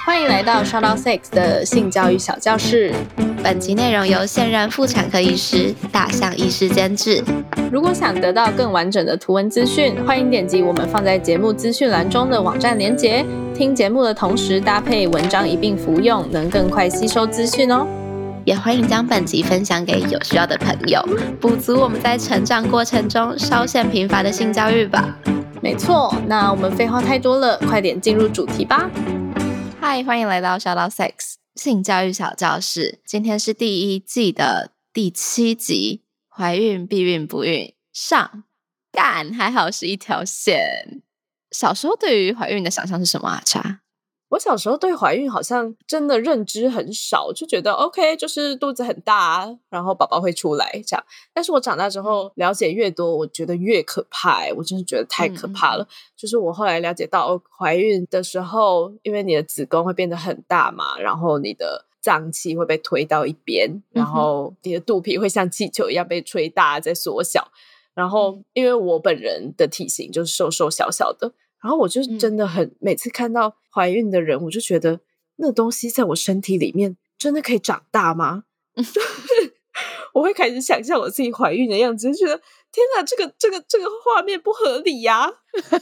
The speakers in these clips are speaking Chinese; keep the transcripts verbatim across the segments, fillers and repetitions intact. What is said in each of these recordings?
欢迎来到 Shout Out Sex 的性教育小教室。 本集内容由现任妇产科医师大象医师监制。 如果想得到更完整的图文资讯，欢迎点击我们放在节目资讯栏中的网站连结，听节目的同时搭配文章一并服用，能更快吸收资讯哦。 也欢迎将本集分享给有需要的朋友，补足我们在成长过程中稍显贫乏的性教育吧。 没错，那我们废话太多了，快点进入主题吧。 嗨，欢迎来到 Shout Out Sex 性教育小教室。今天是第一季的第七集，怀孕避孕不孕上。干，还好是一条线。小时候对于怀孕的想象是什么啊？茶？ 我小时候对怀孕好像真的认知很少，就觉得 OK 就是肚子很大，然后宝宝会出来这样。但是我长大之后了解越多，我觉得越可怕、欸、我真的觉得太可怕了、嗯、就是我后来了解到、哦、怀孕的时候，因为你的子宫会变得很大嘛，然后你的脏器会被推到一边，然后你的肚皮会像气球一样被吹大再缩小，然后因为我本人的体型就是瘦瘦小小的，然后我就真的很、嗯、每次看到怀孕的人，我就觉得那东西在我身体里面真的可以长大吗？我会开始想象我自己怀孕的样子，就觉得天哪，这个这个这个画面不合理呀、啊！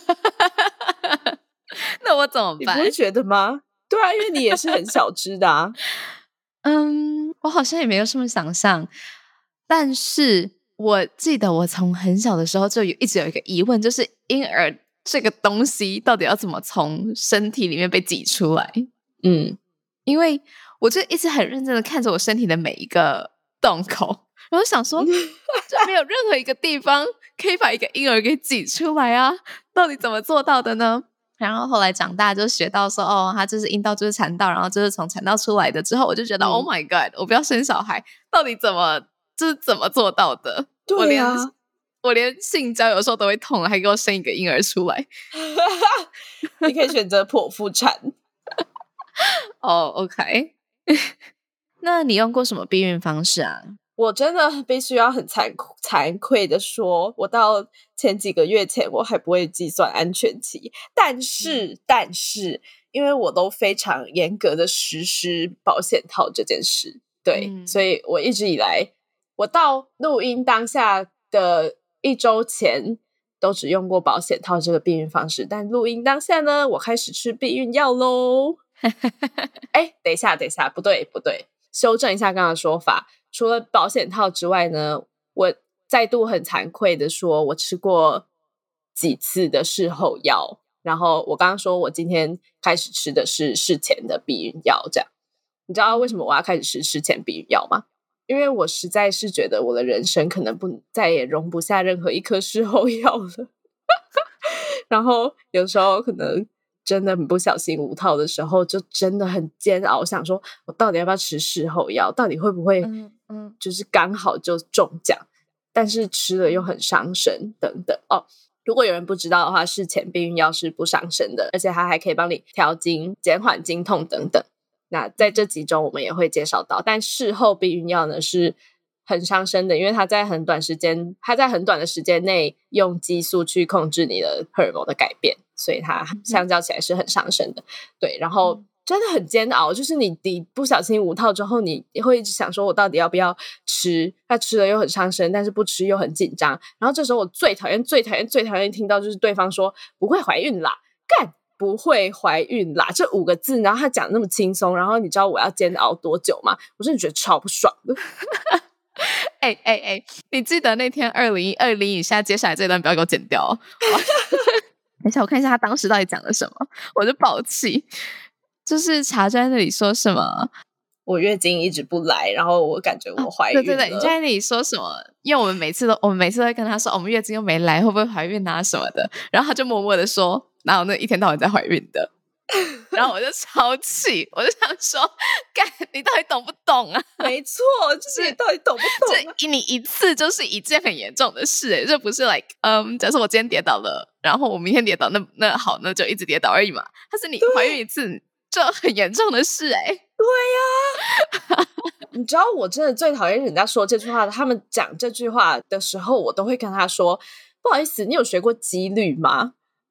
那我怎么办？ 你不会觉得吗？对啊，因为你也是很小只的啊。 嗯，我好像也没有什么想象，但是我记得我从很小的时候就有一直有一个疑问，就是婴儿这个东西到底要怎么从身体里面被挤出来？嗯，因为我就一直很认真的看着我身体的每一个洞口，然后想说就没有任何一个地方可以把一个婴儿给挤出来啊，到底怎么做到的呢？然后后来长大就学到说，哦，它就是阴道就是产道，然后就是从产道出来的之后，我就觉得、嗯、Oh my God， 我不要生小孩，到底怎么就是怎么做到的？ 对啊， 我连我连性交有时候都会痛，还给我生一个婴儿出来。 你可以选择剖腹产。 哦、oh, OK 那你用过什么避孕方式啊？ 我真的必须要很惭惭愧的说，我到前几个月前我还不会计算安全期，但是、嗯、但是因为我都非常严格的实施保险套这件事，对、嗯、所以我一直以来，我到录音当下的一周前都只用过保险套这个避孕方式，但录音当下呢，我开始吃避孕药咯。哎，等一下等一下，不对不对，修正一下刚刚的说法，除了保险套之外呢，我再度很惭愧的说，我吃过几次的事后药，然后我刚刚说我今天开始吃的是事前的避孕药，这样。你知道为什么我要开始吃事前避孕药吗？因为我实在是觉得我的人生可能不再也容不下任何一颗事后药了。然后有时候可能真的很不小心无套的时候，就真的很煎熬，想说我到底要不要吃事后药，到底会不会就是刚好就中奖、嗯嗯、但是吃了又很伤身等等哦。如果有人不知道的话，事前避孕药是不伤身的，而且它还可以帮你调经、减缓经痛等等。那在这集中我们也会介绍到，但事后避孕药呢是很伤身的，因为它在很短时间它在很短的时间内用激素去控制你的荷尔蒙的改变，所以它相较起来是很伤身的。对，然后真的很煎熬，就是你你不小心无套之后，你会一直想说我到底要不要吃，它吃了又很伤身，但是不吃又很紧张。然后这时候我最讨厌最讨厌最讨厌听到就是对方说不会怀孕啦，干不会怀孕啦这五个字，然后他讲那么轻松，然后你知道我要煎熬多久吗？我真的觉得超不爽的。 哎哎哎，你记得那天二零二零以下接下来这段不要给我剪掉哦。等一下我看一下他当时到底讲了什么，我就爆气。就是茶在那里说什么我月经一直不来，然后我感觉我怀孕了、哦、 对对对，你在那里说什么，因为我们每次都我们每次都会跟他说、哦、我们月经又没来会不会怀孕啊什么的，然后他就默默的说哪有那一天到晚在怀孕的。然后我就超气，我就想说干你到底懂不懂啊？ 没错，就是你到底懂不懂、啊、 这你一次就是一件很严重的事耶，这不是 like 嗯，假设我今天跌倒了，然后我明天跌倒，那那好那就一直跌倒而已嘛，但是你怀孕一次就很严重的事哎。 对呀、啊、你知道我真的最讨厌人家说这句话的，他们讲这句话的时候我都会跟他说不好意思，你有学过几率吗？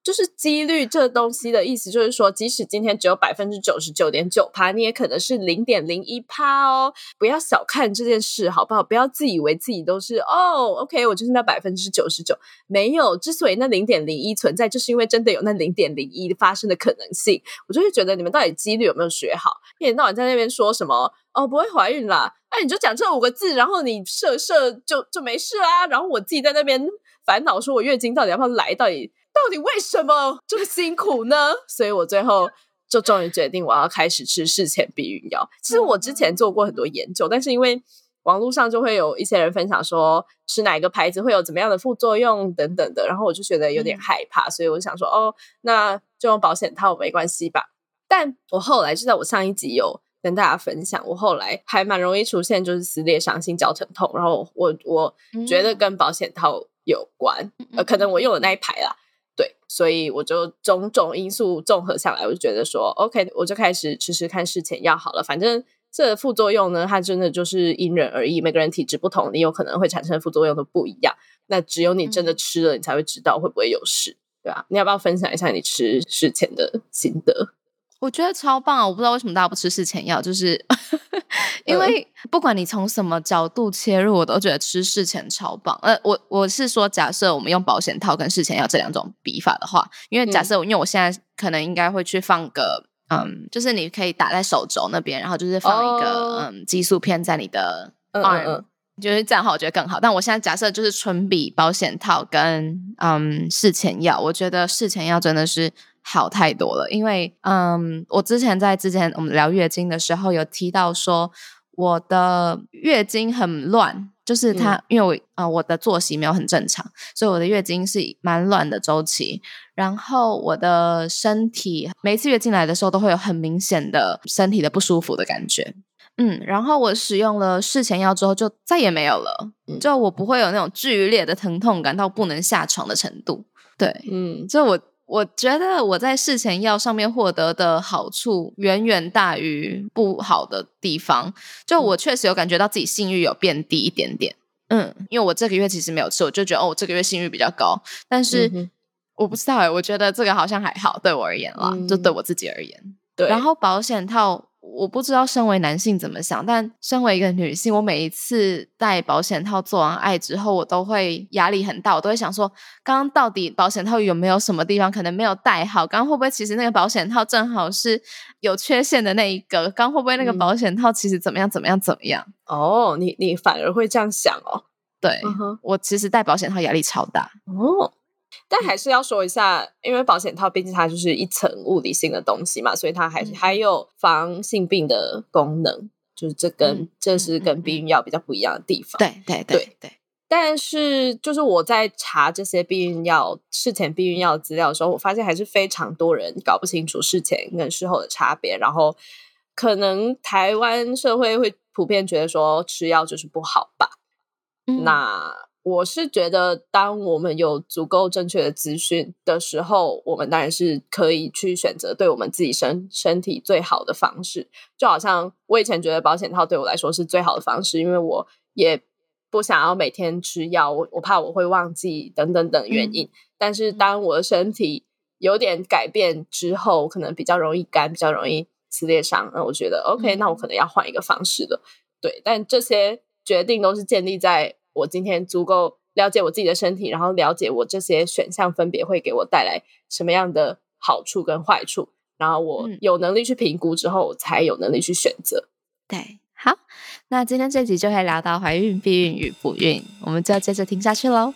就是几率这东西的意思，就是说，即使今天只有百分之九十九点九趴，你也可能是零点零一趴哦。不要小看这件事，好不好？不要自以为自己都是哦 ，OK， 我就是那百分之九十九。没有，之所以那零点零一存在，就是因为真的有那零点零一发生的可能性。我就会觉得你们到底几率有没有学好？一天到晚在那边说什么哦，不会怀孕啦，那、啊、你就讲这五个字，然后你射射就就没事啦。然后我自己在那边烦恼，说我月经到底要不要来，到底。到底为什么这么辛苦呢？所以我最后就终于决定我要开始吃事前避孕药。其实我之前做过很多研究，但是因为网络上就会有一些人分享说吃哪一个牌子会有怎么样的副作用等等的，然后我就觉得有点害怕，所以我就想说哦，那就用保险套没关系吧。但我后来就在我上一集有跟大家分享，我后来还蛮容易出现就是撕裂伤、性绞疼痛，然后我我觉得跟保险套有关，呃，可能我用的那一排啦。对，所以我就种种因素综合下来，我就觉得说 OK， 我就开始吃吃看事前药好了。反正这副作用呢，它真的就是因人而异，每个人体质不同，你有可能会产生的副作用都不一样。那只有你真的吃了，你才会知道会不会有事，对吧？你要不要分享一下你吃事前的心得？ 我觉得超棒，我不知道为什么大家不吃事前药，就是因为不管你从什么角度切入，我都觉得吃事前超棒。呃，我我是说，假设我们用保险套跟事前药这两种比法的话，因为假设、嗯、因为我现在可能应该会去放个嗯，就是你可以打在手肘那边，然后就是放一个、哦、嗯激素片在你的 arm， 嗯嗯嗯就是这样的话我觉得更好。但我现在假设就是纯比保险套跟嗯事前药，我觉得事前药真的是好太多了。因为嗯，我之前在之前我们聊月经的时候有提到说我的月经很乱，就是它、嗯、因为我、呃、我的作息没有很正常，所以我的月经是蛮乱的周期，然后我的身体每一次月经来的时候都会有很明显的身体的不舒服的感觉。嗯，然后我使用了事前药之后就再也没有了、嗯、就我不会有那种剧烈的疼痛感到不能下床的程度。对，嗯，就我我觉得我在事前药上面获得的好处远远大于不好的地方，就我确实有感觉到自己性欲有变低一点点。嗯，因为我这个月其实没有吃，我就觉得哦，我这个月性欲比较高，但是、嗯、我不知道耶，我觉得这个好像还好，对我而言啦、嗯、就对我自己而言。对，然后保险套我不知道身为男性怎么想，但身为一个女性，我每一次戴保险套做完爱之后，我都会压力很大，我都会想说刚刚到底保险套有没有什么地方可能没有戴好，刚刚会不会其实那个保险套正好是有缺陷的那一个，刚刚会不会那个保险套其实怎么样怎么样怎么样、嗯、 哦，你你反而会这样想哦。 对、uh-huh. 我其实戴保险套压力超大哦，但还是要说一下，因为保险套毕竟它就是一层物理性的东西嘛，所以它还、嗯、还有防性病的功能，就是这跟、嗯、这是跟避孕药比较不一样的地方。 对对对 对, 对。 但是就是我在查这些避孕药事前避孕药资料的时候，我发现还是非常多人搞不清楚事前跟事后的差别，然后可能台湾社会会普遍觉得说吃药就是不好吧、嗯、那我是觉得当我们有足够正确的资讯的时候，我们当然是可以去选择对我们自己身身体最好的方式。就好像我以前觉得保险套对我来说是最好的方式，因为我也不想要每天吃药，我我怕我会忘记等等等原因、嗯、但是当我的身体有点改变之后，可能比较容易干，比较容易撕裂伤，那我觉得 OK、嗯、那我可能要换一个方式了。对，但这些决定都是建立在我今天足够了解我自己的身体，然后了解我这些选项分别会给我带来什么样的好处跟坏处，然后我有能力去评估之后、嗯、我才有能力去选择。 对，好，那今天这集就会聊到怀孕、避孕与不孕，我们就要接着听下去咯。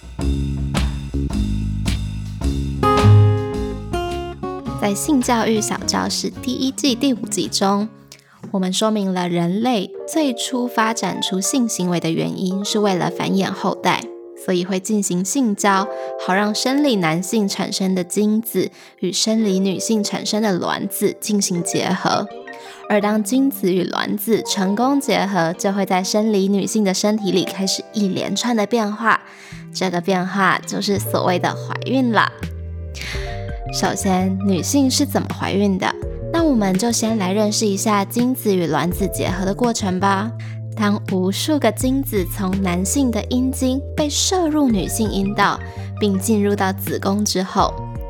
在性教育小教室第一季第五集中，我们说明了人类最初发展出性行为的原因是为了繁衍后代，所以会进行性交，好让生理男性产生的精子与生理女性产生的卵子进行结合。而当精子与卵子成功结合，就会在生理女性的身体里开始一连串的变化，这个变化就是所谓的怀孕啦。首先，女性是怎么怀孕的？那我们就先来认识一下精子与卵子结合的过程吧。当无数个精子从男性的阴茎被射入女性阴道，并进入到子宫之后，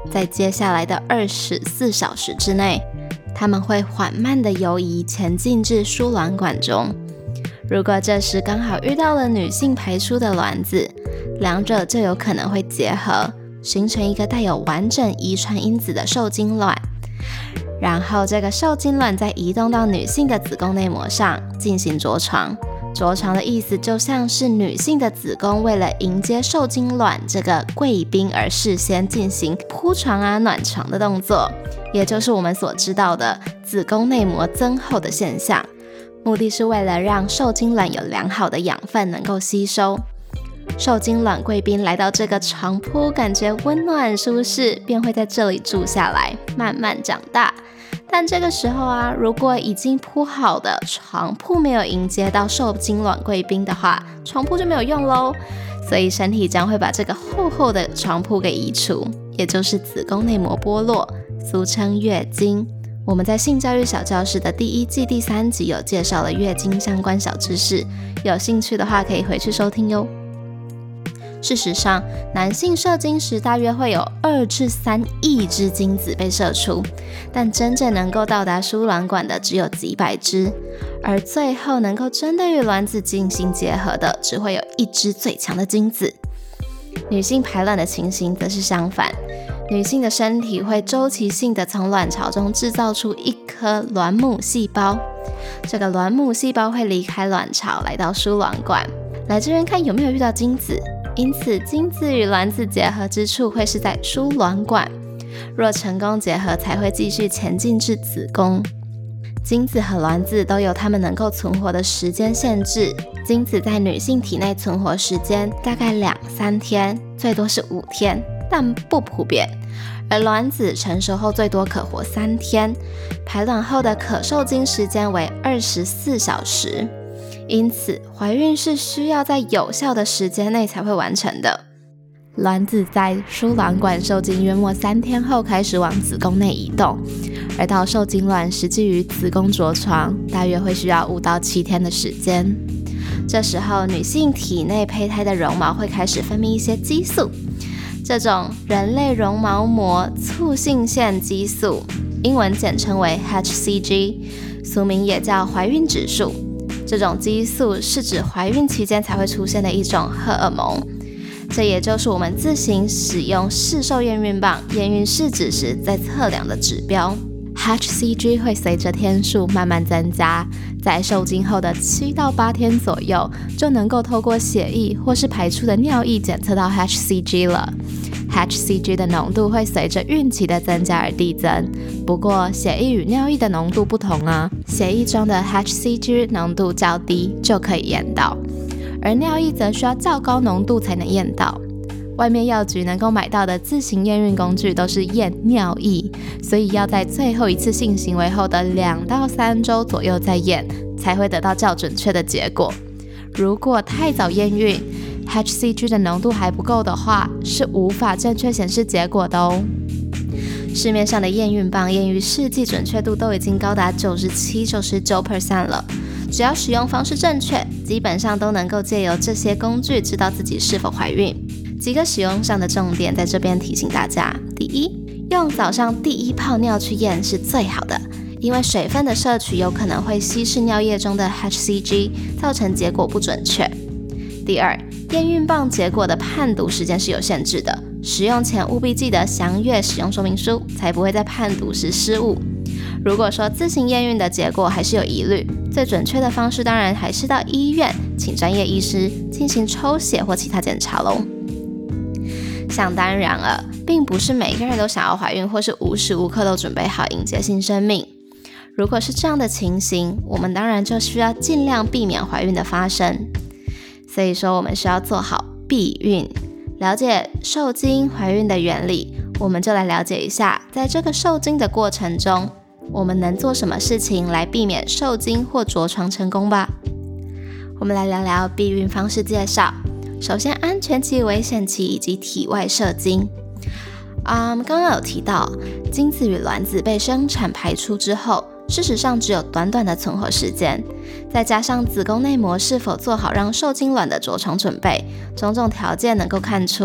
在接下来的二十四小时之内，它们会缓慢地游移前进至输卵管中。如果这时刚好遇到了女性排出的卵子，两者就有可能会结合，形成一个带有完整遗传因子的受精卵。然后这个受精卵再移动到女性的子宫内膜上进行着床。着床的意思就像是女性的子宫为了迎接受精卵这个贵宾而事先进行铺床啊暖床的动作，也就是我们所知道的子宫内膜增厚的现象，目的是为了让受精卵有良好的养分能够吸收。受精卵贵宾来到这个床铺，感觉温暖舒适，便会在这里住下来，慢慢长大。但这个时候啊，如果已经铺好的床铺没有迎接到受精卵贵宾的话，床铺就没有用咯。所以身体将会把这个厚厚的床铺给移除，也就是子宫内膜剥落，俗称月经。我们在性教育小教室的第一季第三集有介绍了月经相关小知识，有兴趣的话可以回去收听哟。事实上，男性射精时大约会有二至三亿只精子被射出，但真正能够到达输卵管的只有几百只，而最后能够真的与卵子进行结合的只会有一只最强的精子。女性排卵的情形则是相反，女性的身体会周期性的从卵巢中制造出一颗卵母细胞，这个卵母细胞会离开卵巢来到输卵管，来这边看有没有遇到精子。因此精子与卵子结合之处会是在输卵管，若成功结合才会继续前进至子宫。精子和卵子都有它们能够存活的时间限制，精子在女性体内存活时间大概两三天，最多是五天，但不普遍。而卵子成熟后最多可活三天，排卵后的可受精时间为二十四小时。因此怀孕是需要在有效的时间内才会完成的。卵子在输卵管受精约莫三天后开始往子宫内移动，而到受精卵实际于子宫着床大约会需要五到七天的时间。这时候女性体内胚胎的绒毛会开始分泌一些激素，这种人类绒毛膜促性腺激素，英文简称为 H C G， 俗名也叫怀孕指数。这种激素是指怀孕期间才会出现的一种荷尔蒙，这也就是我们自行使用市售验孕棒验孕试纸时在测量的指标。H C G 会随着天数慢慢增加，在受精后的七到八天左右，就能够透过血液或是排出的尿液检测到 H C G 了。H C G 的浓度会随着孕期的增加而递增，不过血液与尿液的浓度不同啊，血液中的 H C G 浓度较低就可以验到，而尿液则需要较高浓度才能验到。外面药局能够买到的自行验孕工具都是验尿液，所以要在最后一次性行为后的两到三周左右再验，才会得到较准确的结果。如果太早验孕，H C G 的浓度还不够的话，是无法正确显示结果的哦。市面上的验孕棒验孕试剂准确度都已经高达 百分之九十七到九十九 了，只要使用方式正确，基本上都能够借由这些工具知道自己是否怀孕。几个使用上的重点在这边提醒大家：第一，用早上第一泡尿去验是最好的，因为水分的摄取有可能会稀释尿液中的 H C G， 造成结果不准确。第二，验孕棒结果的判读时间是有限制的，使用前务必记得详阅使用说明书，才不会在判读时失误。如果说自行验孕的结果还是有疑虑，最准确的方式当然还是到医院请专业医师进行抽血或其他检查咯。想当然了，并不是每个人都想要怀孕或是无时无刻都准备好迎接新生命。如果是这样的情形，我们当然就需要尽量避免怀孕的发生。所以说我们需要做好避孕，了解受精怀孕的原理。我们就来了解一下，在这个受精的过程中，我们能做什么事情来避免受精或着床成功吧。我们来聊聊避孕方式介绍。首先，安全期、危险期以及体外射精。嗯，刚刚有提到，精子与卵子被生产排出之后，事实上只有短短的存活时间，再加上子宫内膜是否做好让受精卵的着床准备，种种条件能够看出，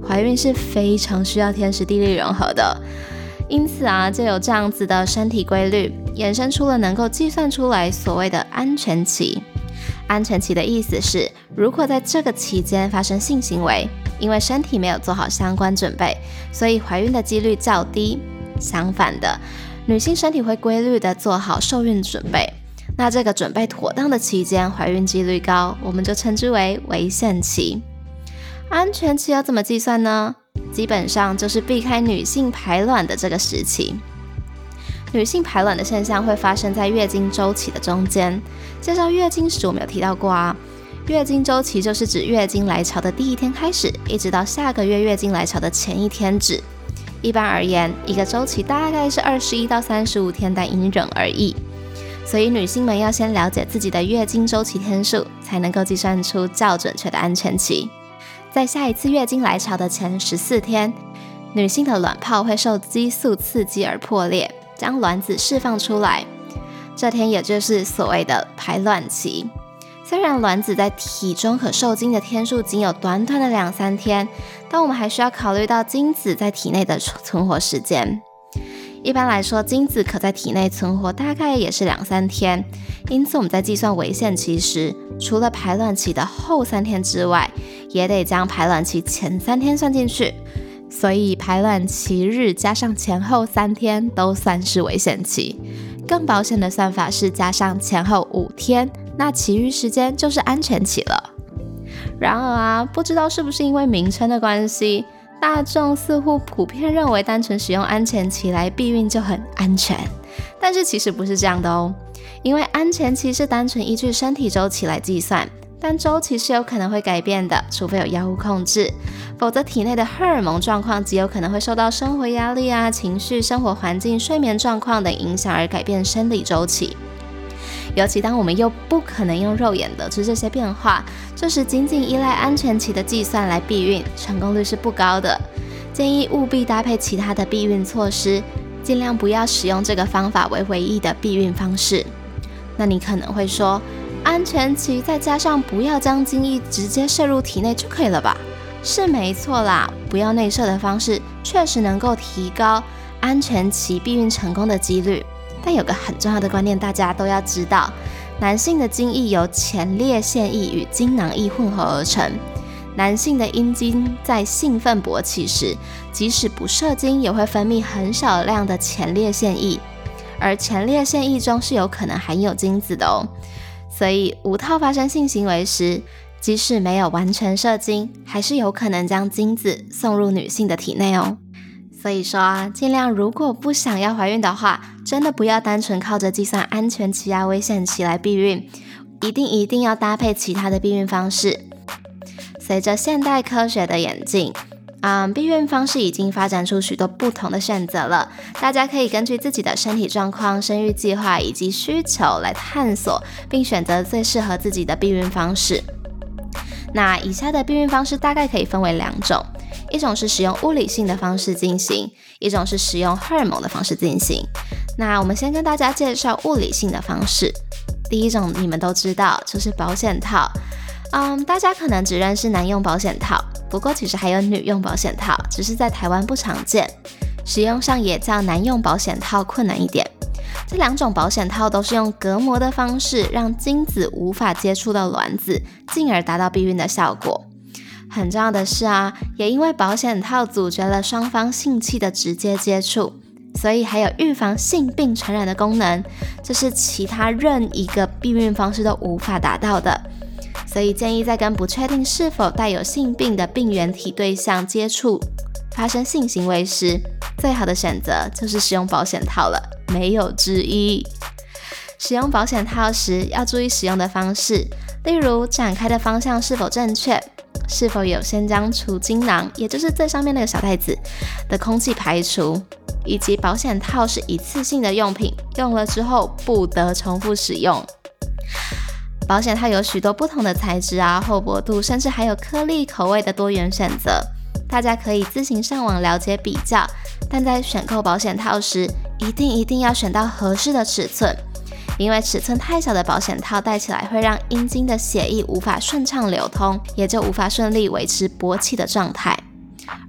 怀孕是非常需要天时地利人和的。因此啊，就有这样子的身体规律，衍生出了能够计算出来所谓的安全期。安全期的意思是，如果在这个期间发生性行为，因为身体没有做好相关准备，所以怀孕的几率较低。相反的，女性身体会规律的做好受孕准备，那这个准备妥当的期间，怀孕几率高，我们就称之为危险期。安全期要怎么计算呢？基本上就是避开女性排卵的这个时期。女性排卵的现象会发生在月经周期的中间。介绍月经时我们有提到过啊，月经周期就是指月经来潮的第一天开始，一直到下个月月经来潮的前一天止。一般而言，一个周期大概是二十一到三十五天，但因人而异。所以女性们要先了解自己的月经周期天数，才能够计算出较准确的安全期。在下一次月经来潮的前十四天，女性的卵泡会受激素刺激而破裂，将卵子释放出来。这天也就是所谓的排卵期。虽然卵子在体中可受精的天数仅有短短的两三天，但我们还需要考虑到精子在体内的存活时间。一般来说，精子可在体内存活大概也是两三天，因此我们在计算危险期时，除了排卵期的后三天之外，也得将排卵期前三天算进去。所以排卵期日加上前后三天都算是危险期。更保险的算法是加上前后五天，那其余时间就是安全期了。然而啊，不知道是不是因为名称的关系，大众似乎普遍认为单纯使用安全期来避孕就很安全，但是其实不是这样的哦。因为安全期是单纯依据身体周期来计算，但周期是有可能会改变的，除非有药物控制，否则体内的荷尔蒙状况极有可能会受到生活压力啊、情绪、生活环境、睡眠状况等影响而改变生理周期。尤其当我们又不可能用肉眼得知这些变化，这时仅仅依赖安全期的计算来避孕，成功率是不高的。建议务必搭配其他的避孕措施，尽量不要使用这个方法为唯一的避孕方式。那你可能会说，安全期再加上不要将精液直接摄入体内就可以了吧？是没错啦，不要内射的方式确实能够提高安全期避孕成功的几率。但有个很重要的观念大家都要知道，男性的精液由前列腺液与精囊液混合而成。男性的阴茎在兴奋勃起时，即使不射精也会分泌很少量的前列腺液，而前列腺液中是有可能含有精子的哦。所以无套发生性行为时，即使没有完全射精，还是有可能将精子送入女性的体内哦。所以说啊，尽量如果不想要怀孕的话，真的不要单纯靠着计算安全期啊、危险期来避孕，一定一定要搭配其他的避孕方式。随着现代科学的演进，嗯，避孕方式已经发展出许多不同的选择了，大家可以根据自己的身体状况、生育计划以及需求来探索，并选择最适合自己的避孕方式。那以下的避孕方式大概可以分为两种，一种是使用物理性的方式进行，一种是使用荷尔蒙的方式进行。那我们先跟大家介绍物理性的方式。第一种你们都知道，就是保险套。嗯，大家可能只认识男用保险套，不过其实还有女用保险套，只是在台湾不常见，使用上也较男用保险套困难一点。这两种保险套都是用隔膜的方式，让精子无法接触到卵子，进而达到避孕的效果。很重要的是啊，也因为保险套阻绝了双方性器的直接接触，所以还有预防性病传染的功能，这是其他任一个避孕方式都无法达到的。所以建议在跟不确定是否带有性病的病原体对象接触发生性行为时，最好的选择就是使用保险套了，没有之一。使用保险套时要注意使用的方式，例如展开的方向是否正确，是否有先将除精囊，也就是最上面那个小袋子的空气排除，以及保险套是一次性的用品，用了之后不得重复使用。保险套有许多不同的材质啊、厚薄度，甚至还有颗粒口味的多元选择，大家可以自行上网了解比较，但在选购保险套时，一定一定要选到合适的尺寸，因为尺寸太小的保险套戴起来会让阴茎的血液无法顺畅流通，也就无法顺利维持勃起的状态。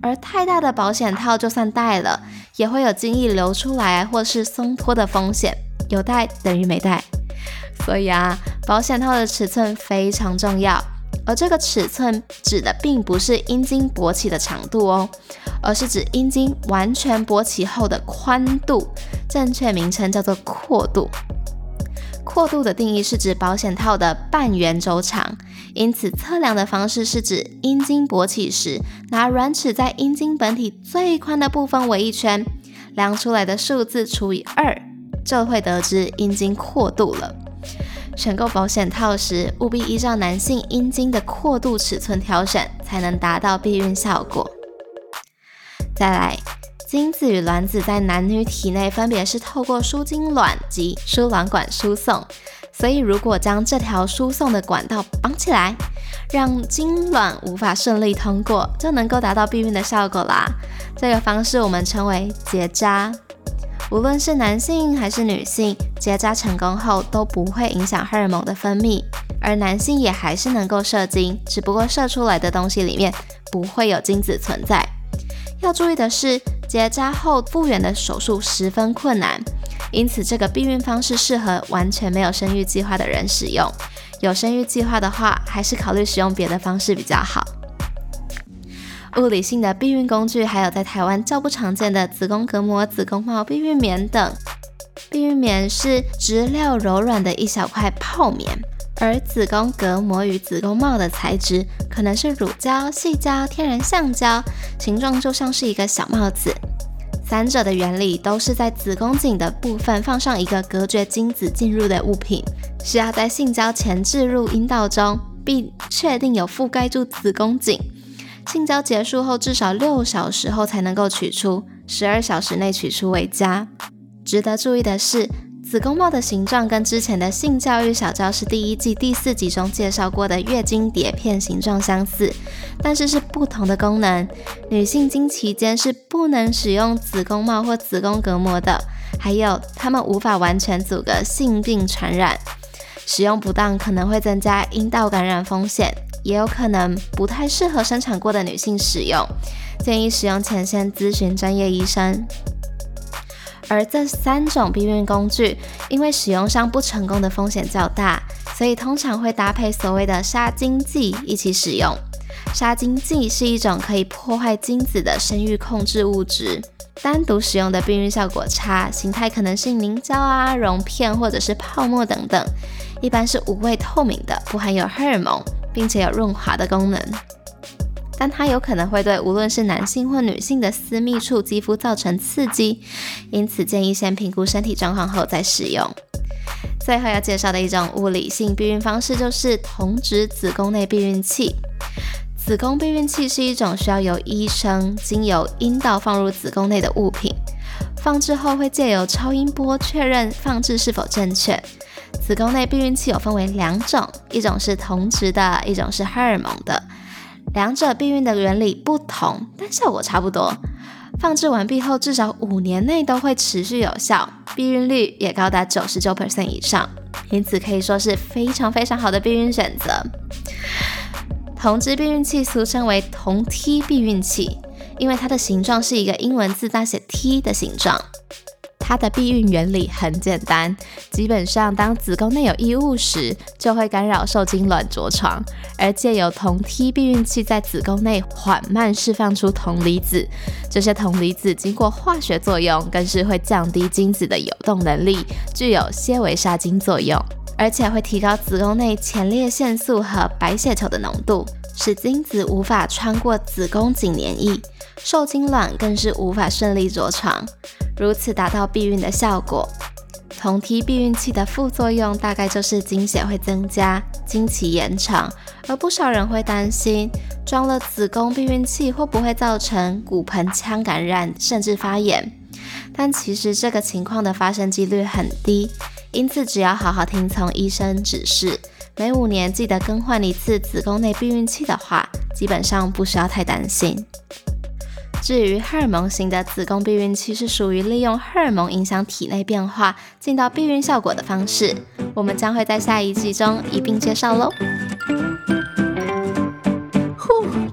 而太大的保险套就算戴了，也会有精液流出来或是松脱的风险，有戴等于没戴。所以啊，保险套的尺寸非常重要，而这个尺寸指的并不是阴茎勃起的长度哦，而是指阴茎完全勃起后的宽度，正确名称叫做阔度。阔度的定义是指保险套的半圆周长，因此测量的方式是指阴茎勃起时，拿软尺在阴茎本体最宽的部分围一圈，量出来的数字除以二，就会得知阴茎阔度了。选购保险套时，务必依照男性阴茎的阔度尺寸挑选，才能达到避孕效果。再来，精子与卵子在男女体内分别是透过输精卵及输卵管输送，所以如果将这条输送的管道绑起来，让精卵无法顺利通过，就能够达到避孕的效果啦。这个方式我们称为结扎。无论是男性还是女性，结扎成功后都不会影响荷尔蒙的分泌，而男性也还是能够射精，只不过射出来的东西里面不会有精子存在。要注意的是，结扎后复原的手术十分困难，因此这个避孕方式适合完全没有生育计划的人使用。有生育计划的话，还是考虑使用别的方式比较好。物理性的避孕工具还有在台湾较不常见的子宫隔膜、子宫帽、避孕棉等。避孕棉是质料柔软的一小块泡棉，而子宫隔膜与子宫帽的材质可能是乳胶、矽胶、天然橡胶，形状就像是一个小帽子。三者的原理都是在子宫颈的部分放上一个隔绝精子进入的物品，是要在性交前置入阴道中，并确定有覆盖住子宫颈。性交结束后至少六小时后才能够取出，十二小时内取出为佳。值得注意的是，子宫帽的形状跟之前的性教育小教室第一季第四集中介绍过的月经碟片形状相似，但是是不同的功能。女性经期间是不能使用子宫帽或子宫隔膜的，还有它们无法完全阻隔性病传染，使用不当可能会增加阴道感染风险，也有可能不太适合生产过的女性使用，建议使用前先咨询专业医生。而这三种避孕工具，因为使用上不成功的风险较大，所以通常会搭配所谓的杀精剂一起使用。杀精剂是一种可以破坏精子的生育控制物质，单独使用的避孕效果差，形态可能是凝胶啊、溶片或者是泡沫等等，一般是无味透明的，不含有荷尔蒙，并且有润滑的功能。但它有可能会对无论是男性或女性的私密处肌肤造成刺激，因此建议先评估身体状况后再使用。最后要介绍的一种物理性避孕方式就是铜质子宫内避孕器。子宫避孕器是一种需要由医生经由阴道放入子宫内的物品，放置后会借由超音波确认放置是否正确。子宫内避孕器有分为两种，一种是铜质的，一种是荷尔蒙的。两者避孕的原理不同，但效果差不多。放置完毕后至少五年内都会持续有效，避孕率也高达 百分之九十九 以上，因此可以说是非常非常好的避孕选择。铜质避孕器俗称为铜梯避孕器，因为它的形状是一个英文字大写 T 的形状。它的避孕原理很简单，基本上当子宫内有异物时，就会干扰受精卵着床，而借由铜梯避孕器在子宫内缓慢释放出铜离子，这些铜离子经过化学作用，更是会降低精子的游动能力，具有些微杀精作用，而且会提高子宫内前列腺素和白血球的浓度，使精子无法穿过子宫颈黏液，受精卵更是无法顺利着床，如此达到避孕的效果。铜梯避孕器的副作用大概就是经血会增加，经期延长，而不少人会担心装了子宫避孕器会不会造成骨盆腔感染甚至发炎，但其实这个情况的发生几率很低，因此只要好好听从医生指示，每五年记得更换一次子宫内避孕器的话，基本上不需要太担心。至于荷尔蒙型的子宫避孕器是属于利用荷尔蒙影响体内变化，进到避孕效果的方式，我们将会在下一集中一并介绍咯。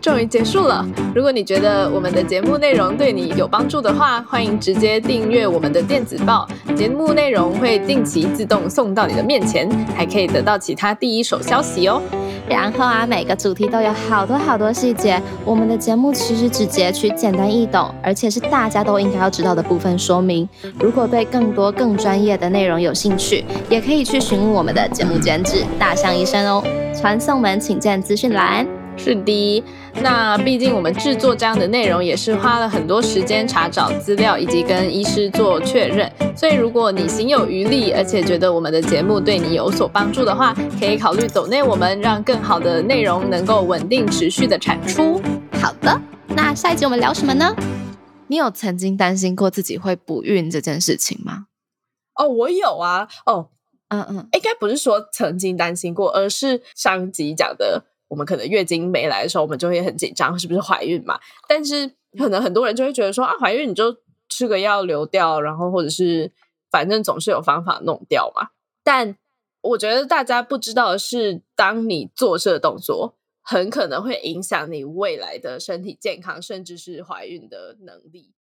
终于结束了。如果你觉得我们的节目内容对你有帮助的话，欢迎直接订阅我们的电子报，节目内容会定期自动送到你的面前，还可以得到其他第一手消息哦。 然后啊，每个主题都有好多好多细节，我们的节目其实只截取简单易懂，而且是大家都应该要知道的部分说明。如果对更多更专业的内容有兴趣，也可以去询问我们的节目监制大象医生哦。传送门请见资讯栏。 是的，那毕竟我们制作这样的内容也是花了很多时间查找资料以及跟医师做确认，所以如果你行有余力，而且觉得我们的节目对你有所帮助的话，可以考虑抖内我们，让更好的内容能够稳定持续的产出。 好的，那下一集我们聊什么呢？你有曾经担心过自己会不孕这件事情吗？ 哦，我有啊。哦， 嗯嗯， 应该不是说曾经担心过，而是上集讲的我们可能月经没来的时候，我们就会很紧张，是不是怀孕嘛？但是可能很多人就会觉得说啊，怀孕你就吃个药流掉，然后或者是反正总是有方法弄掉嘛。但我觉得大家不知道的是，当你做这个动作，很可能会影响你未来的身体健康，甚至是怀孕的能力。